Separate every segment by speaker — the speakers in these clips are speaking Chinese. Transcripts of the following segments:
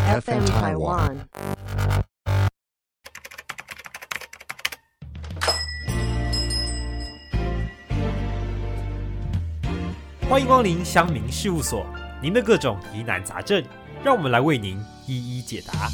Speaker 1: FM Taiwan。
Speaker 2: 欢迎光临乡民事务所，您的各种疑难杂症，让我们来为您一一解答。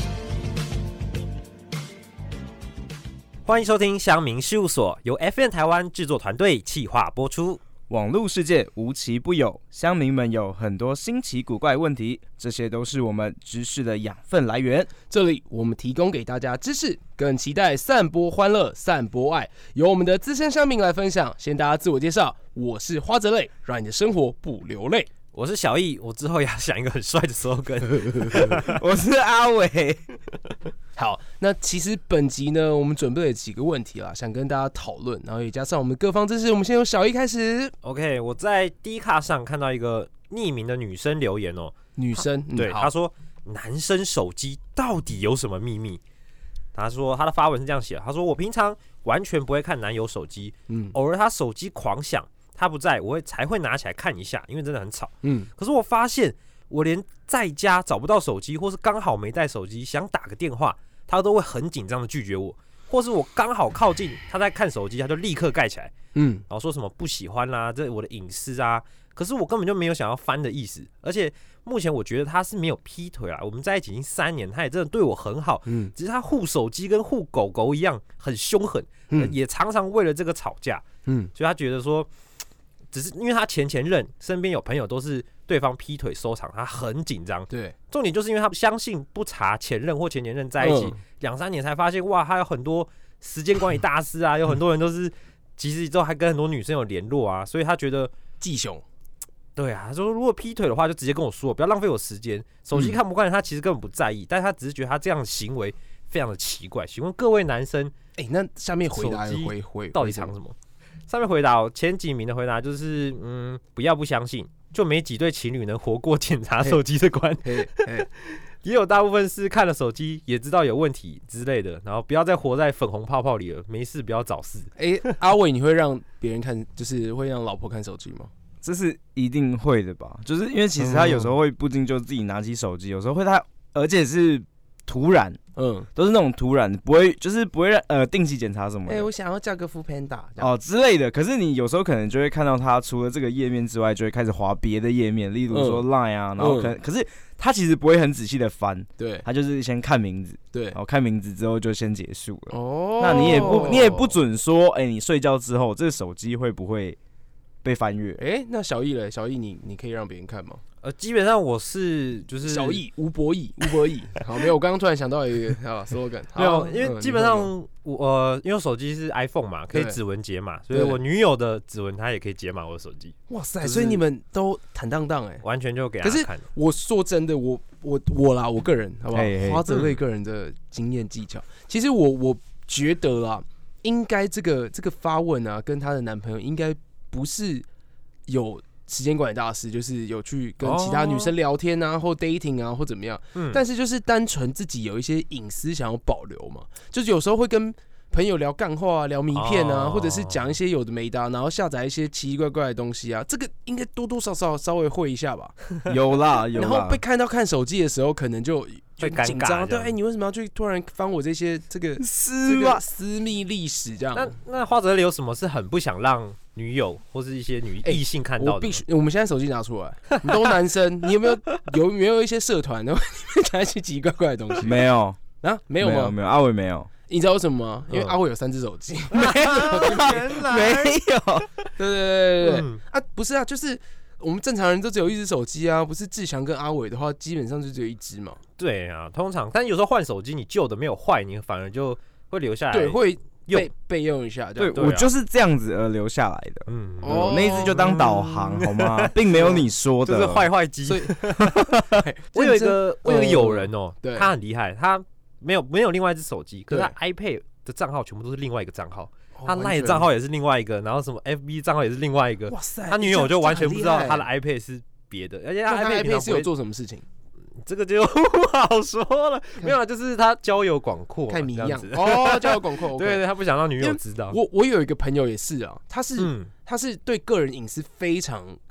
Speaker 2: 欢迎收听乡民事务所，由 FM 台湾制作团队企划播出。
Speaker 3: 网络世界无奇不有，乡民们有很多新奇古怪问题，这些都是我们知识的养分来源。
Speaker 4: 这里我们提供给大家知识，更期待散播欢乐、散播爱，由我们的资深乡民来分享。先大家自我介绍，我是花泽类，让你的生活不流泪。
Speaker 2: 我是小易，我之后要想一个很帅的 slogan。
Speaker 3: 我是阿伟。
Speaker 4: 好，那其实本集呢，我们准备了几个问题啦，想跟大家讨论，然后也加上我们各方知识。我们先由小易开始。
Speaker 2: OK， 我在 D 卡上看到一个匿名的女生留言哦，
Speaker 4: 女生，
Speaker 2: 对，她说男生手机到底有什么秘密？她说她的发文是这样写的，她说我平常完全不会看男友手机，偶尔他手机狂响，他不在，我才会拿起来看一下，因为真的很吵。可是我发现我连在家找不到手机，或是刚好没带手机，想打个电话，他都会很紧张的拒绝我，或是我刚好靠近他在看手机，他就立刻盖起来，然后说什么不喜欢啦，这我的隐私啊。可是我根本就没有想要翻的意思，而且目前我觉得他是没有劈腿啦，我们在一起已经3年，他也真的对我很好，只是他护手机跟护狗狗一样很凶狠，也常常为了这个吵架，所以他觉得说，只是因为他前任身边有朋友都是对方劈腿收场，他很紧张。对，重点就是因为他相信不查前任或前任在一起2-3年才发现，哇，他有很多时间管理大师啊，有很多人都是其实之后还跟很多女生有联络啊，所以他觉得
Speaker 4: 继雄。
Speaker 2: 对啊，他说如果劈腿的话，就直接跟我说，不要浪费我时间。手机看不看，他其实根本不在意，但是他只是觉得他这样的行为非常的奇怪。请问各位男生，
Speaker 4: 那下面回答
Speaker 2: 到底藏什么？上面回答前几名的回答就是，不要不相信，就没几对情侣能活过检查手机这关。也有大部分是看了手机也知道有问题之类的，然后不要再活在粉红泡泡里了，没事不要找事。
Speaker 4: 阿伟，你会让别人看，就是会让老婆看手机吗？
Speaker 3: 这是一定会的吧，就是因为其实他有时候会不禁就自己拿起手机，有时候会他，而且是突然，都是那种突然，不会让定期检查什么的。
Speaker 4: 我想要叫个 Foodpanda
Speaker 3: 之类的。可是你有时候可能就会看到他除了这个页面之外，就会开始滑别的页面，例如说 Line 啊，然后可是他其实不会很仔细的翻，对，他就是先看名字，对，然后看名字之后就先结束了。那你也不准说，你睡觉之后这个手机会不会被翻阅？
Speaker 4: 那小易嘞？小易你可以让别人看吗？
Speaker 2: 基本上我是就是
Speaker 4: 小易吴伯义。好，没有，我刚刚突然想到一个slogan，
Speaker 2: 没有，因为基本上因为我手机是 iPhone 嘛，可以指纹解码，所以我女友的指纹她也可以解码我的手机。
Speaker 4: 哇塞，所以你们都坦荡荡
Speaker 2: 完全就给她看。可是
Speaker 4: 我说真的，我个人好不好？花泽类个人的经验技巧，其实我觉得啦，应该这个发问啊，跟她的男朋友应该不是有时间管理大师，就是有去跟其他女生聊天啊，或 dating 啊，或怎么样。但是就是单纯自己有一些隐私想要保留嘛，就是有时候会跟朋友聊干话啊，聊迷片啊，或者是讲一些有的没的，然后下载一些奇奇怪怪的东西啊，这个应该多多少少稍微会一下吧。
Speaker 3: 有啦。然
Speaker 4: 后被看到看手机的时候，可能就
Speaker 2: 会
Speaker 4: 紧张，对，你为什么要去突然翻我这些这个私密历史这样？
Speaker 2: 那花泽类有什么是很不想让女友或是一些异性看到的？
Speaker 4: 我们现在手机拿出来，你都男生，你有没有一些社团，然后你会讲一些奇奇怪怪的东西？
Speaker 3: 没有
Speaker 4: 啊，没有吗？
Speaker 3: 没有，阿伟没有。
Speaker 4: 你知道为什么吗？因为阿伟有3只手机。
Speaker 3: 没有。
Speaker 4: 对不是啊，就是我们正常人都只有1只手机啊，不是志祥跟阿伟的话，基本上就只有1只嘛。
Speaker 2: 对啊，通常，但有时候换手机，你旧的没有坏，你反而就会留下来，
Speaker 4: 对，会备用一下。
Speaker 3: 对，我就是这样子而留下来的。我那一只就当导航好吗？并没有你说的，
Speaker 2: 就是坏机。我有一个友人他很厉害，他没有另外一只手机，可是他 iPad 的账号全部都是另外一个账号，他 LINE 的账号也是另外一个，然后什么 FB 账号也是另外一个。哇塞！他女友就完全不知道他的 iPad 是别的，而且他
Speaker 4: iPad 是有做什么事情？
Speaker 2: 这个就不好说了。没有啦，就是他交友广阔，
Speaker 4: 太迷样交友广阔。
Speaker 2: 对，他不想让女友知道。
Speaker 4: 我有一个朋友也是啊，他是对个人隐私非常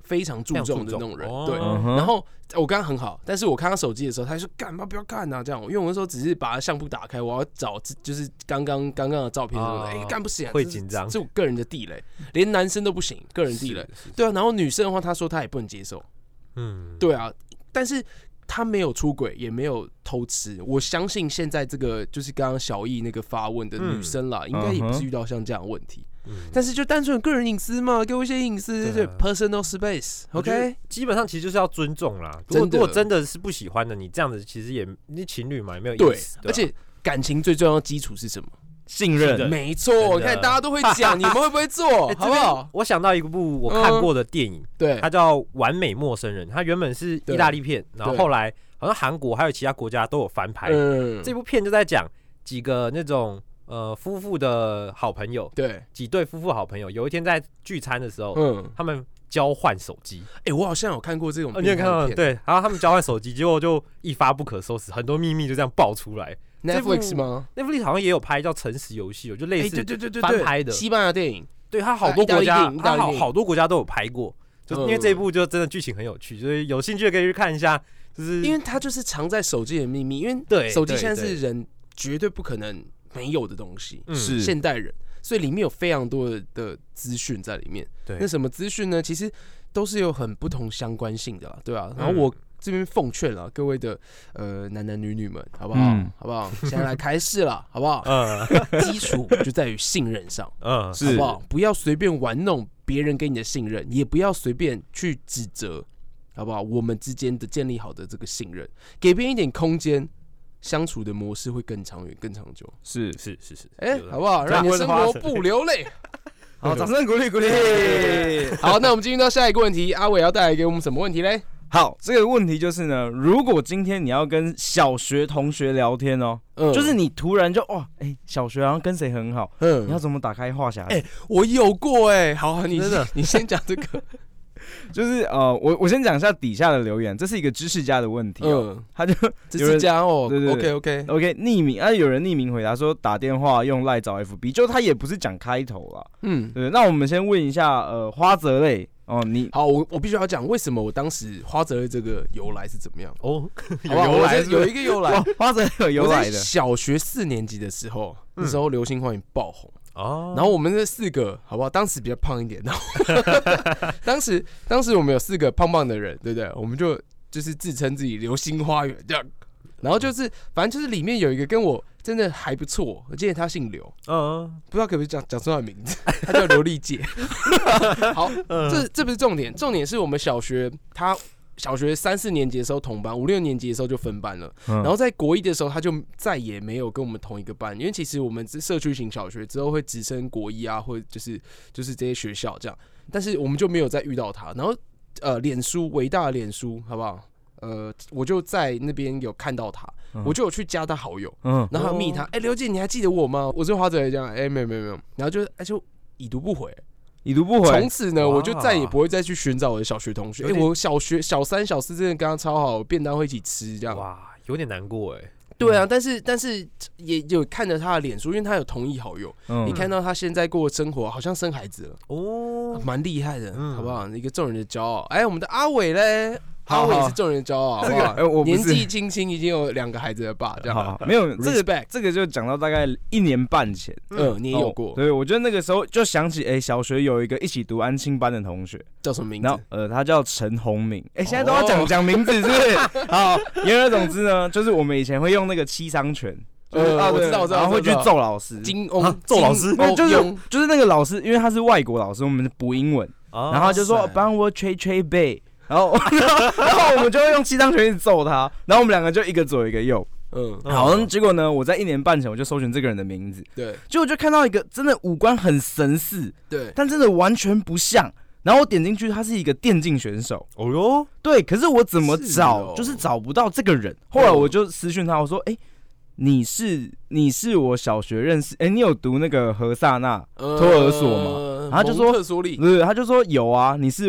Speaker 4: 非常注重的那种人，对。然后我刚刚很好，但是我看他手机的时候，他就说干嘛不要看啊这样，因为我那时候只是把他相簿打开，我要找就是刚刚的照片什么的，干不行，
Speaker 2: 会紧张，
Speaker 4: 这我个人的地雷，连男生都不行，个人地雷，对啊。然后女生的话，他说他也不能接受，对啊，但是。他没有出轨，也没有偷吃。我相信现在这个就是刚刚小易那个发问的女生啦，应该也不是遇到像这样的问题。但是就单纯个人隐私嘛，给我一些隐私，对 personal space。OK，
Speaker 2: 基本上其实就是要尊重啦。如果真的是不喜欢的，你这样子其实也你情侣嘛，也没有意思。
Speaker 4: 对，而且感情最重要的基础是什么？
Speaker 3: 信任，
Speaker 4: 没错。你看大家都会讲，你们会不会做？好不好？
Speaker 2: 我想到一部我看过的电影，
Speaker 4: 对，
Speaker 2: 它叫《完美陌生人》，它原本是意大利片，然后后来好像韩国还有其他国家都有翻拍。这部片就在讲几个那种夫妇的好朋友，
Speaker 4: 对，
Speaker 2: 几对夫妇好朋友，有一天在聚餐的时候，他们交换手机。
Speaker 4: 我好像有看过这种片，
Speaker 2: 你有看到？对，然后他们交换手机，结果就一发不可收拾，很多秘密就这样爆出来。
Speaker 4: Netflix 吗
Speaker 2: ？Netflix 好像也有拍叫《诚实游戏》，就类似翻拍的
Speaker 4: 西班牙电影。
Speaker 2: 对，它好多国家，好多国家都有拍过。就因为这一部就真的剧情很有趣，所以有兴趣的可以去看一下。就是
Speaker 4: 因为它就是藏在手机的秘密，因为手机现在是人绝对不可能没有的东西，是现代人，所以里面有非常多的资讯在里面。对，那什么资讯呢？其实都是有很不同相关性的啦，对啊。然后我这边奉劝了各位的男女们，好不好？好不好？现在来开始了，好不好？基础就在于信任上，好不好？不要随便玩弄别人给你的信任，也不要随便去指责，好不好？我们之间的建立好的这个信任，给别人一点空间，相处的模式会更长远、更长久。
Speaker 2: 是，
Speaker 4: 好不好？让你的生活不流泪。
Speaker 3: 好，掌声鼓励鼓励。
Speaker 4: 好，那我们进入到下一个问题，阿伟要带来给我们什么问题嘞？
Speaker 3: 好，这个问题就是呢，如果今天你要跟小学同学聊天哦，就是你突然就小学好像跟谁很好，你要怎么打开话匣子？
Speaker 4: 我有过好，你先讲这个。
Speaker 3: 就是我先讲一下底下的留言，这是一个知识家的问题他就
Speaker 4: 知识家
Speaker 3: 对
Speaker 4: OK
Speaker 3: 匿名有人匿名回答说打电话用 LINE 找 FB， 就他也不是讲开头啦，对，那我们先问一下花泽类你
Speaker 4: 好，我必须要讲为什么我当时花泽类这个由来是怎么样
Speaker 2: 有由来
Speaker 4: 有一个由来，
Speaker 3: 花泽类有由来的。
Speaker 4: 小学4年级的时候，那时候《流星花园》爆红。然后我们这4个好不好？当时比较胖一点，然后当时我们有4个胖胖的人，对不对？我们就是自称自己流星花园这样。然后就是反正就是里面有一个跟我真的还不错，我记得他姓刘，不知道可不可以讲出他的名字，他叫刘立介。好，这不是重点，重点是我们小学3、4年级的时候同班，5、6年级的时候就分班了。然后在国1的时候，他就再也没有跟我们同一个班，因为其实我们社区型小学之后会直升国1啊，或者就是这些学校这样，但是我们就没有再遇到他。然后脸书伟大的脸书，好不好？我就在那边有看到他，我就有去加他好友，然后密他，刘姐你还记得我吗？我是花泽类这样，没有，然后就已读不回。从此呢，我就再也不会再去寻找我的小学同学。我小3、小4真的跟他超好，便当会一起吃这样。
Speaker 2: 哇，有点难过
Speaker 4: 对啊，但是也有看着他的脸书，因为他有同意好友。你看到他现在过的生活，好像生孩子了蛮厉害的，好不好？一个众人的骄傲。我们的阿伟嘞。阿伟是众人的骄傲，好不好？我年纪轻轻已经有2个孩子的爸，这样
Speaker 3: 没有这个就讲到大概1年半前，
Speaker 4: 你也有过。
Speaker 3: 对，我觉得那个时候就想起，小学有一个一起读安亲班的同学，
Speaker 4: 叫什么名字？
Speaker 3: 他叫陈鸿明。现在都要讲名字，是不是？好，言而总之呢，就是我们以前会用那个七伤拳。
Speaker 4: 我知道，
Speaker 3: 然后会去揍老师，
Speaker 2: 揍老师，
Speaker 3: 就是那个老师，因为他是外国老师，我们补英文，然后就说帮我吹背。然后我们就会用七伤拳一直揍他，然后我们2个就一个左一个右。好，结果呢，我在1年半前我就搜寻这个人的名字，
Speaker 4: 对，
Speaker 3: 结果就看到一个真的五官很神似，
Speaker 4: 对，
Speaker 3: 但真的完全不像。然后我点进去，他是一个电竞选手。对，可是我怎么找就是找不到这个人。后来我就私讯他，我说，你是我小学认识，你有读那个何萨纳托儿所吗？然后他就说，他就说有啊，你是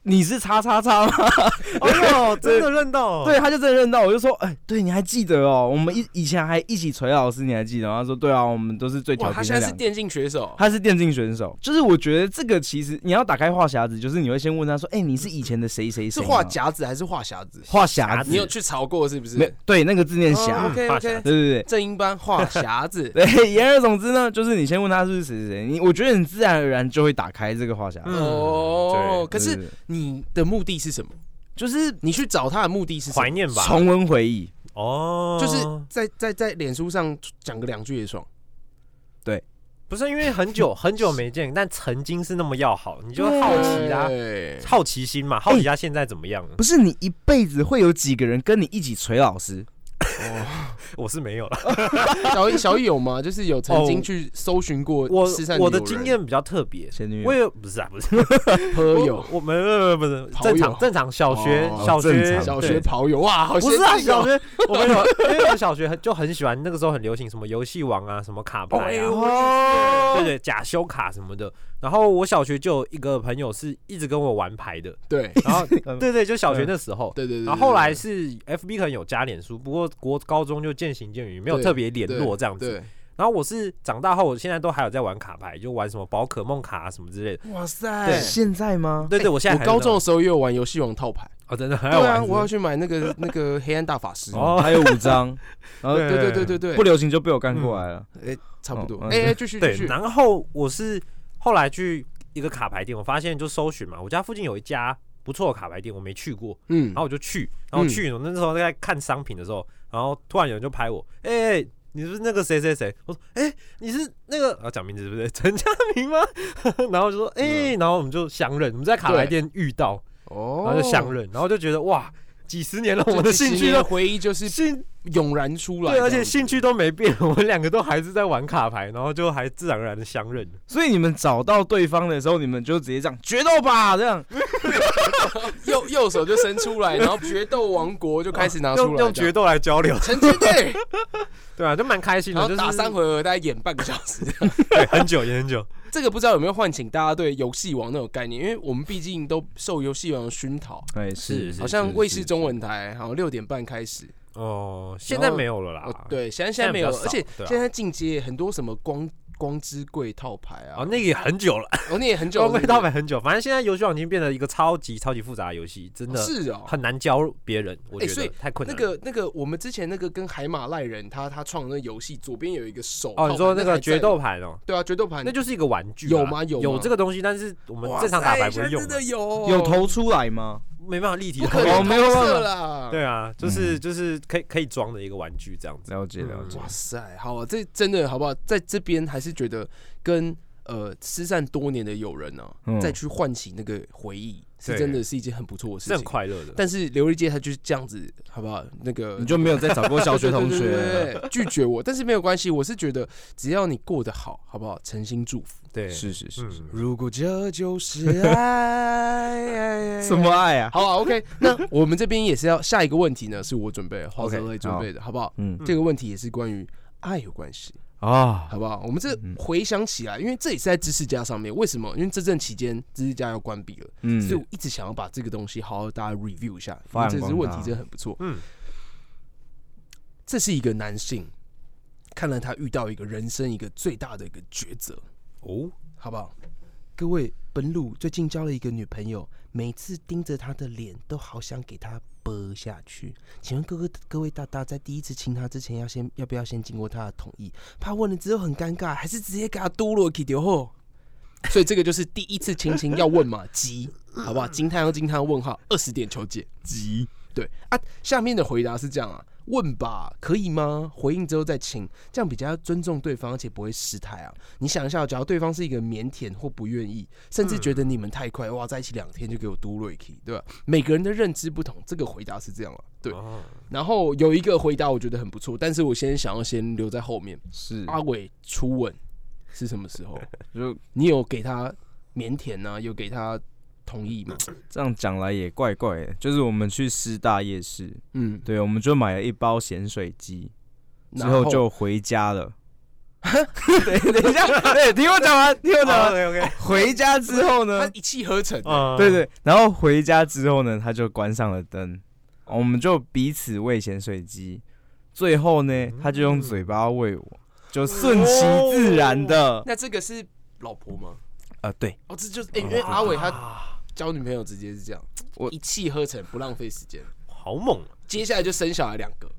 Speaker 3: 你是叉叉叉吗？
Speaker 2: 哎呦，真的认到，
Speaker 3: 对，他就真的认到，我就说，对，你还记得哦？我们以前还一起锤老师，你还记得吗？他说，对啊，我们都是最调皮的。
Speaker 4: 他现在是电竞选手，
Speaker 3: 他是电竞选手，就是我觉得这个其实你要打开话匣子，就是你会先问他说，你是以前的谁谁谁？
Speaker 4: 是话匣子还是话匣子？
Speaker 3: 话匣子，
Speaker 4: 你有去吵过是不是？
Speaker 3: 对，那个字念匣。
Speaker 4: OK，
Speaker 3: 对，
Speaker 4: 正音班话匣子。
Speaker 3: 对，言而总之呢，就是你先问他是不是谁谁谁，我觉得你自然而然就会打开这个话匣子。
Speaker 4: 哦，可是你的目的是什么？就是你去找他的目的是什么？
Speaker 2: 怀念吧，
Speaker 3: 重温回忆。
Speaker 2: 哦，
Speaker 4: 就是在脸书上讲个2句也爽。
Speaker 3: 对，
Speaker 2: 不是因为很久没见，但曾经是那么要好，你就会好奇啦，好奇心嘛，好奇他现在怎么样？
Speaker 3: 不是你一辈子会有几个人跟你一起锤老师？
Speaker 2: 我是没有了。
Speaker 4: 小易有吗？就是有曾经去搜寻过
Speaker 2: 我的经验比较特别，我也不是
Speaker 4: 朋友，
Speaker 2: 我们不是正常小学
Speaker 4: 跑友哇，好
Speaker 2: 不是啊，小学我没有，因为我小学就很喜欢，那个时候很流行什么游戏王啊，什么卡牌啊，对假修卡什么的。然后我小学就有一个朋友是一直跟我玩牌的，
Speaker 4: 对，
Speaker 2: 然后对，就小学那时候，
Speaker 4: 对，
Speaker 2: 然后后来是 FB 可能有加脸书，不过高中就渐行渐远，没有特别联络这样子。然后我是长大后，我现在都还有在玩卡牌，就玩什么宝可梦卡什么之类的。
Speaker 4: 哇塞，
Speaker 3: 对，现在吗？
Speaker 2: 对，我现在
Speaker 4: 我高中的时候也有玩游戏王套牌。
Speaker 2: 真的还要玩？
Speaker 4: 对啊，我要去买那个黑暗大法师，
Speaker 3: 还有5张。然后
Speaker 4: 对，
Speaker 3: 不流行就被我干过来了。
Speaker 4: 差不多。继续。
Speaker 2: 对，然后我是后来去一个卡牌店，我发现就搜寻嘛，我家附近有一家不错的卡牌店，我没去过，然后我就去，我那时候在看商品的时候，然后突然有人就拍我，你是不是那个谁谁谁？我说，你是那个讲名字对不对？陈嘉明吗？然后就说，然后我们就相认，我们在卡牌店遇到，然后就相认，然后就觉得哇，几十年了，我们的兴趣的
Speaker 4: 回忆就是涌燃出来，
Speaker 2: 对，而且兴趣都没变，我们2个都还是在玩卡牌，然后就还自然而然的相认。
Speaker 3: 所以你们找到对方的时候，你们就直接这样决斗吧，这样，
Speaker 4: 右手就伸出来，然后决斗王国就开始拿出来，
Speaker 2: 用决斗来交流，
Speaker 4: 成绩对，
Speaker 2: 对啊，就蛮开心的，
Speaker 4: 然后打3回合，大概演半个小时，
Speaker 2: 对，很久也很久。
Speaker 4: 这个不知道有没有唤醒大家对游戏王那种概念，因为我们毕竟都受游戏王的熏陶，
Speaker 3: 是，
Speaker 4: 好像卫视中文台，好像6点半开始。
Speaker 2: 现在没有了啦。
Speaker 4: 对，现在没有了，而且现在进阶很多什么光之柜套牌啊，
Speaker 2: 那个也很久了，
Speaker 4: 那也很久了，
Speaker 2: 光之柜套牌很久。反正现在游戏王已经变得一个超级复杂的游戏，真的
Speaker 4: 是
Speaker 2: 很难教别人，我觉得太困难了。
Speaker 4: 那个我们之前那个跟海马赖人他创的那个游戏，左边有一个手
Speaker 2: 你说那个决斗盘
Speaker 4: 对啊，决斗盘
Speaker 2: 那就是一个玩具，
Speaker 4: 有吗？
Speaker 2: 有这个东西，但是我们正常打牌不会用。
Speaker 4: 真的
Speaker 3: 有投出来吗？
Speaker 2: 没办法立体，
Speaker 4: 没有办法啦。
Speaker 2: 对啊，就是可以装的一个玩具这样子。
Speaker 3: 了解。
Speaker 4: 哇塞，好啊，这真的好不好？在这边还是觉得跟失散多年的友人啊，再去唤起那个回忆，是真的是一件很不错的事情，
Speaker 2: 是很快乐的。
Speaker 4: 但是刘立杰他就是这样子，好不好？那个
Speaker 3: 你就没有再找过小学同学，
Speaker 4: 对，拒绝我，但是没有关系，我是觉得只要你过得好，好不好？诚心祝福。
Speaker 2: 对，
Speaker 3: 是。
Speaker 4: 如果这就是爱，
Speaker 3: 什么爱啊？
Speaker 4: 好啊 ，OK。那我们这边也是要下一个问题呢，是我准备花泽类准备的，好不好？这个问题也是关于爱有关系。好不好？我们这回想起来，因为这也是在知识家上面。为什么？因为这阵期间知识家要关闭了，所以我一直想要把这个东西好好大家 review 一下，因为这支问题真的很不错。这是一个男性，看了他遇到一个人生一个最大的一个抉择好不好？各位，本鲁最近交了一个女朋友，每次盯着她的脸，都好想给她啵下去。请问各位大大，在第一次亲她之前，要不要先经过她的同意？怕问了之后很尴尬，还是直接给她嘟落去就好？所以这个就是第一次亲亲要问嘛，急，好不好？惊叹问号，20点求解，急。对啊，下面的回答是这样啊。问吧，可以吗？回应之后再亲，这样比较尊重对方，而且不会失态啊。你想一下，假如对方是一个腼腆或不愿意，甚至觉得你们太快，哇，在一起2天就给我嘟瑞 k， 对吧？每个人的认知不同，这个回答是这样了，对。然后有一个回答我觉得很不错，但是我想要先留在后面。是阿伟初吻是什么时候？就你有给他腼腆啊，有给他同意吗？
Speaker 3: 这样讲来也怪怪的，就是我们去师大夜市，对，我们就买了1包咸水鸡，之后就回家了。 等一下，对，听我讲完。
Speaker 2: OK。
Speaker 3: 回家之后呢，
Speaker 4: 他一气呵成。
Speaker 3: 对，然后回家之后呢，他就关上了灯，我们就彼此喂咸水鸡。最后呢，他就用嘴巴喂我，就顺其自然的。
Speaker 4: 那这个是老婆吗？
Speaker 3: 对。
Speaker 4: 这就是因为阿伟他交女朋友直接是这样，我一气呵成，不浪费时间，
Speaker 2: 好猛。
Speaker 4: 接下来就生小孩2个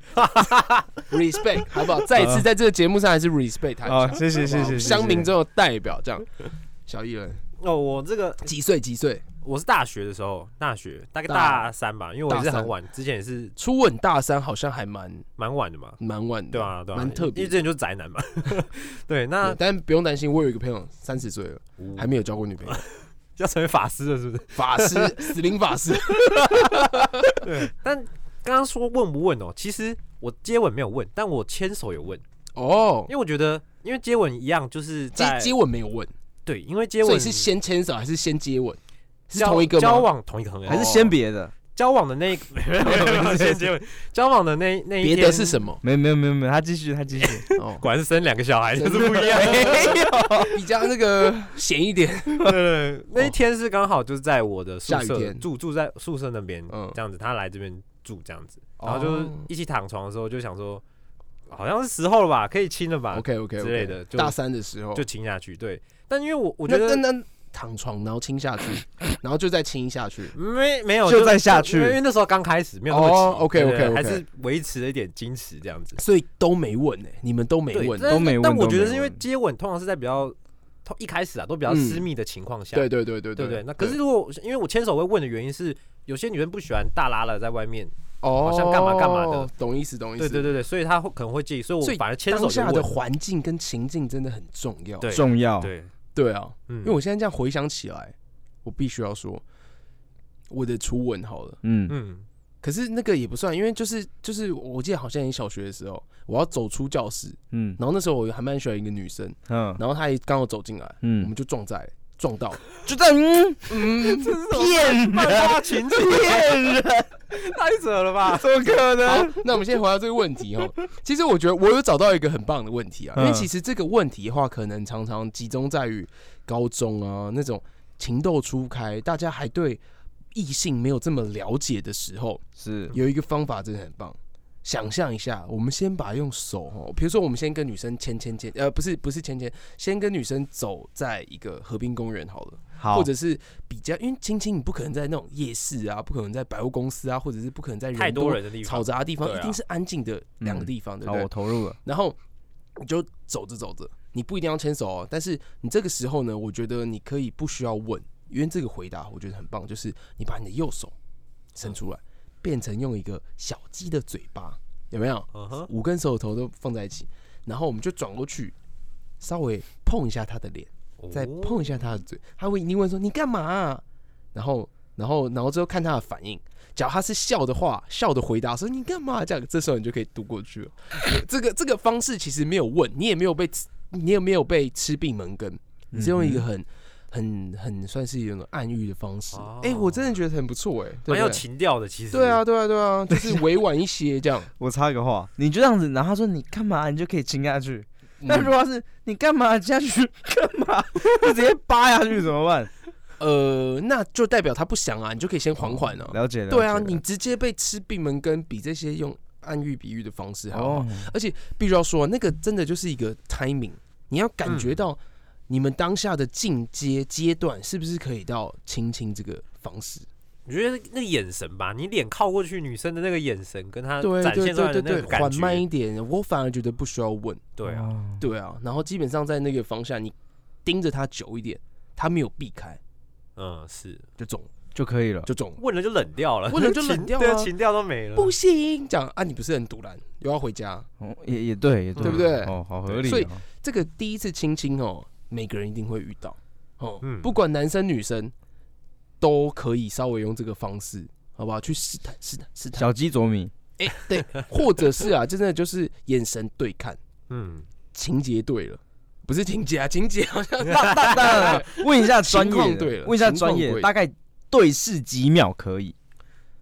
Speaker 4: ，respect 好不好？再一次在这个节目上还是 respect 他一
Speaker 3: 下。谢谢。
Speaker 4: 乡民中的代表这样。小艺人
Speaker 2: 我这个
Speaker 4: 几岁？
Speaker 2: 我是大学的时候，大概大3吧，因为我也是很晚，之前也是
Speaker 4: 初吻大3，好像还蛮晚的嘛，蛮晚的，
Speaker 2: 对啊，
Speaker 4: 蛮特别。
Speaker 2: 因为之前就是宅男嘛，对，
Speaker 4: 但不用担心，我有一个朋友30岁了，还没有交过女朋友。
Speaker 2: 要成为法师了，是不是？
Speaker 4: 法师，死灵法师。
Speaker 2: 对，但刚刚说问不问其实我接吻没有问，但我牵手有问因为我觉得，因为接吻一样就是在
Speaker 4: 接吻没有问，
Speaker 2: 对，因为接吻
Speaker 4: 所以是先牵手还是先接吻？是同一个吗？
Speaker 2: 交往同一个
Speaker 3: 还是先别的？
Speaker 2: 交往的那没有先接吻，交往的那一天
Speaker 4: 别的是什么？
Speaker 3: 没有，他继续。
Speaker 2: 果然是生2个小孩就是不一样，
Speaker 4: 比较那个闲一点。
Speaker 2: 对，那一天是刚好就是在我的宿舍住在宿舍那边，这样子，他来这边住这样子，然后就一起躺床的时候就想说，好像是时候了吧，可以亲了吧
Speaker 4: ，OK
Speaker 2: 之类的，
Speaker 4: 大3的时候
Speaker 2: 就亲下去。对，但因为我觉得
Speaker 4: 那躺床，然后亲下去，然后就再亲下去，
Speaker 2: 没有
Speaker 3: 就再下去，
Speaker 2: 因为那时候刚开始没有那么急。
Speaker 4: OK，
Speaker 2: 还是维持了一点矜持这样子，
Speaker 4: 所以都没问你们都没问，
Speaker 3: 都没问。
Speaker 2: 但我觉得是因为接吻通常是在比较一开始都比较私密的情况下，
Speaker 4: 对。
Speaker 2: 那可是如果因为我牵手会问的原因是，有些女生不喜欢大拉了在外面，好像干嘛的，
Speaker 4: 懂意思。
Speaker 2: 对，所以她可能会介意，所以我反而牵手就问。
Speaker 4: 当下的环境跟情境真的很重要，
Speaker 3: 重要。
Speaker 4: 对啊，因为我现在这样回想起来。我必须要说，我的初吻好了，可是那个也不算，因为就是我记得好像你小学的时候，我要走出教室，然后那时候我还蛮喜欢一个女生，然后她也刚好走进来，我们就撞到，就在
Speaker 3: 骗人，骗人，
Speaker 2: 太扯了吧？
Speaker 3: 怎么可能？
Speaker 4: 好，那我们先回到这个问题哈。其实我觉得我有找到一个很棒的问题因为其实这个问题的话，可能常常集中在于高中啊那种情窦初开，大家还对异性没有这么了解的时候，
Speaker 3: 是
Speaker 4: 有一个方法真的很棒。想象一下，我们先用手比如说我们先跟女生牵，不是牵，先跟女生走在一个河滨公园好了，或者是比较，因为亲你不可能在那种夜市啊，不可能在百货公司啊，或者是不可能在
Speaker 2: 太多人的地方、
Speaker 4: 嘈杂的地方，一定是安静的2个地方，对不对？
Speaker 3: 我投入了，
Speaker 4: 然后你就走着，你不一定要牵手但是你这个时候呢，我觉得你可以不需要问，因为这个回答我觉得很棒，就是你把你的右手伸出来。变成用一个小鸡的嘴巴，有没有？5根手指头都放在一起，然后我们就转过去，稍微碰一下他的脸，再碰一下他的嘴，他会一定问说你干嘛然后之后看他的反应，假如他是笑的话，笑的回答说你干嘛这样，这时候你就可以渡过去了。这个方式其实没有问，你也没有被吃闭门羹，你是用一个很算是一种暗喻的方式，我真的觉得很不错，
Speaker 2: 蛮有情调的，其实。
Speaker 4: 对啊，就是委婉一些这样。
Speaker 3: 我插一个话，你就这样子，然后他说你干嘛，你就可以亲下去。但如果是你干嘛下去干嘛，就直接扒下去怎么办？
Speaker 4: 那就代表他不想你就可以先缓缓
Speaker 3: 了解。
Speaker 4: 对啊，你直接被吃闭门羹，比这些用暗喻比喻的方式好。而且必须要说，那个真的就是一个 timing， 你要感觉到。你们当下的进阶段是不是可以到亲这个方式？
Speaker 2: 我觉得那个眼神吧，你脸靠过去，女生的那个眼神跟她展现出来的那个感觉，
Speaker 4: 缓慢一点，我反而觉得不需要问。
Speaker 2: 对
Speaker 4: 啊，然后基本上在那个方向，你盯着她久一点，她没有避开，
Speaker 2: 是
Speaker 4: 就中
Speaker 3: 就可以了，
Speaker 4: 就中，
Speaker 2: 问了就冷掉了，
Speaker 4: 对，
Speaker 2: 情调都没了，
Speaker 4: 不行，这样你不是很突然，又要回家，
Speaker 3: 也对，
Speaker 4: 对不对？
Speaker 3: 好合理。
Speaker 4: 所以这个第一次亲每个人一定会遇到不管男生女生都可以稍微用这个方式，好不好？去试探，
Speaker 3: 小鸡啄米，
Speaker 4: 对，或者是真的就是眼神对看，情节对了，不是情节情节好像
Speaker 3: 问一下专业，
Speaker 4: 对了，
Speaker 3: 问一下专业，大概对视几秒可以？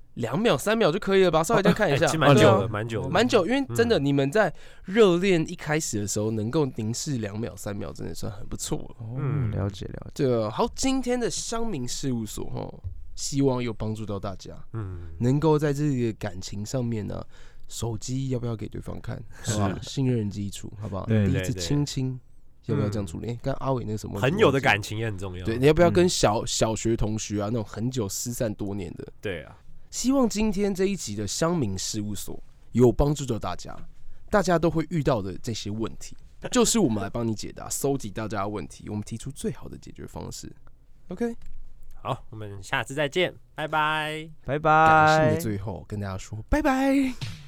Speaker 4: 2秒3秒就可以了吧？稍微再看一下，
Speaker 2: 蛮久了，蛮
Speaker 4: 久，因为真的你们在热恋一开始的时候能够凝视2秒3秒，真的算很不错了。
Speaker 3: 了解。这
Speaker 4: 个好，今天的乡民事务所希望有帮助到大家，能够在这个感情上面呢，手机要不要给对方看，好吧？信任基础，好不好？第一次亲。要不要这样处理？跟阿伟那什么
Speaker 2: 朋友的感情也很重要。
Speaker 4: 对，你要不要跟小学同学啊，那种很久失散多年的？
Speaker 2: 对啊。
Speaker 4: 希望今天这一集的乡民事务所有帮助到大家，大家都会遇到的这些问题，就是我们来帮你解答，搜集大家的问题，我们提出最好的解决方式。OK，
Speaker 2: 好，我们下次再见，拜拜，
Speaker 3: 拜拜。
Speaker 4: 感性的最后跟大家说拜拜。